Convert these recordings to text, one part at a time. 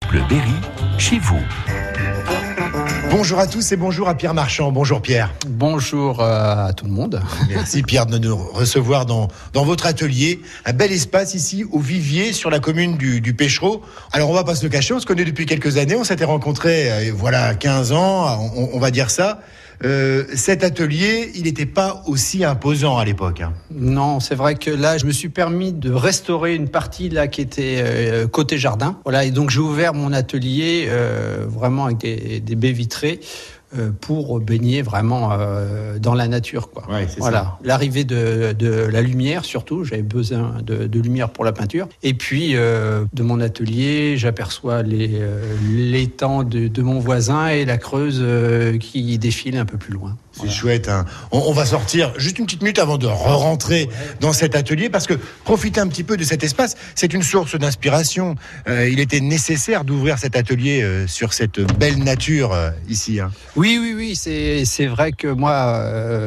Bleu Berry, chez vous. Bonjour à tous et bonjour à Pierre Marchand. Bonjour Pierre. Bonjour à tout le monde. Merci Pierre de nous recevoir dans votre atelier. Un bel espace ici au Vivier sur la commune du Pécherot. Alors on va pas se le cacher, on se connaît depuis quelques années. On s'était rencontrés voilà 15 ans, on va dire ça. Cet atelier, il n'était pas aussi imposant à l'époque. Non, c'est vrai que là, je me suis permis de restaurer une partie là qui était côté jardin. Voilà, et donc j'ai ouvert mon atelier vraiment avec des baies vitrées. Pour baigner vraiment dans la nature, quoi. Ouais, c'est voilà. Ça. L'arrivée de la lumière, surtout, j'avais besoin de lumière pour la peinture. Et puis, de mon atelier, j'aperçois l'étang de mon voisin et la Creuse qui défile un peu plus loin. C'est voilà. Chouette, hein. On va sortir juste une petite minute avant de rentrer dans cet atelier parce que profiter un petit peu de cet espace, c'est une source d'inspiration. Il était nécessaire d'ouvrir cet atelier sur cette belle nature ici. Hein. Oui, c'est vrai que moi,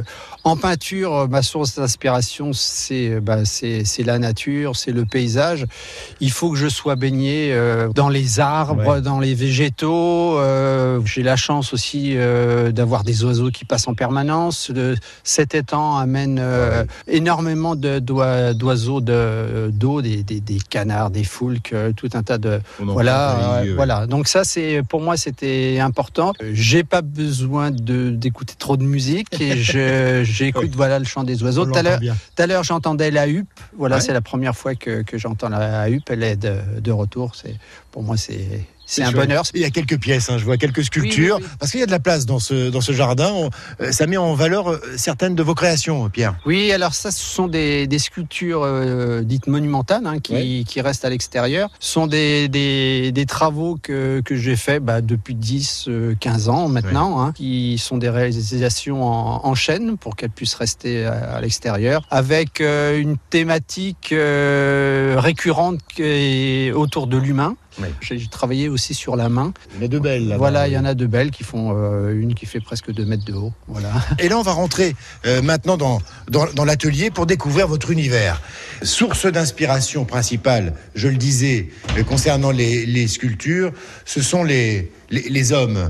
en peinture, ma source d'inspiration, c'est la nature, c'est le paysage. Il faut que je sois baigné dans les arbres, dans les végétaux. J'ai la chance aussi d'avoir des oiseaux qui passent en permanence. Cet étang amène énormément d'oiseaux d'eau, des canards, des foulques, tout un tas de... Voilà. Donc ça, pour moi, c'était important. J'ai pas besoin d'écouter trop de musique et j'écoute le chant des oiseaux. Tout à l'heure, j'entendais la huppe. Voilà, c'est la première fois que j'entends la huppe. Elle est de retour. Pour moi, c'est un bonheur. Il y a quelques pièces, je vois quelques sculptures, parce qu'il y a de la place dans ce jardin. Ça met en valeur certaines de vos créations, Pierre. Oui, alors ça, ce sont des sculptures dites monumentales qui restent à l'extérieur. Ce sont des travaux que j'ai faits depuis 10-15 ans maintenant, qui sont des réalisations en chaîne pour qu'elles puissent rester à l'extérieur, avec une thématique récurrente autour de l'humain. Oui. J'ai travaillé aussi sur la main. Il y en a deux belles là-bas. Voilà, il y en a deux belles qui font une qui fait presque 2 mètres de haut. Voilà. Et là, on va rentrer maintenant dans l'atelier pour découvrir votre univers. Source d'inspiration principale, je le disais, concernant les sculptures, ce sont les hommes.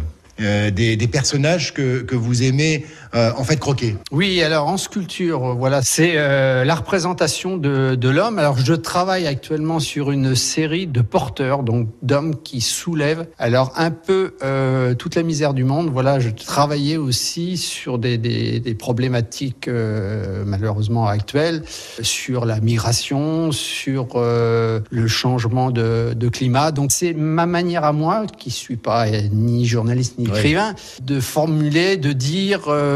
Des personnages que vous aimez en fait croquer. Oui, alors en sculpture, c'est la représentation de l'homme. Alors je travaille actuellement sur une série de porteurs, donc d'hommes qui soulèvent alors un peu toute la misère du monde. Voilà, je travaillais aussi sur des problématiques malheureusement actuelles, sur la migration, sur le changement de climat. Donc c'est ma manière à moi, qui suis pas ni journaliste ni écrivain, de formuler, de dire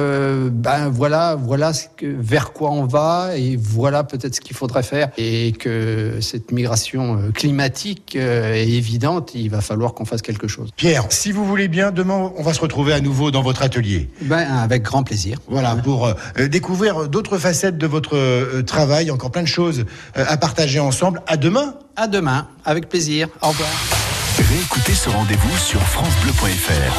voilà vers quoi on va et voilà peut-être ce qu'il faudrait faire, et que cette migration climatique est évidente, il va falloir qu'on fasse quelque chose. Pierre, si vous voulez bien, demain on va se retrouver à nouveau dans votre atelier. Avec grand plaisir. Voilà, pour découvrir d'autres facettes de votre travail, encore plein de choses à partager ensemble. À demain. À demain, avec plaisir. Au revoir. Réécoutez ce rendez-vous sur francebleu.fr.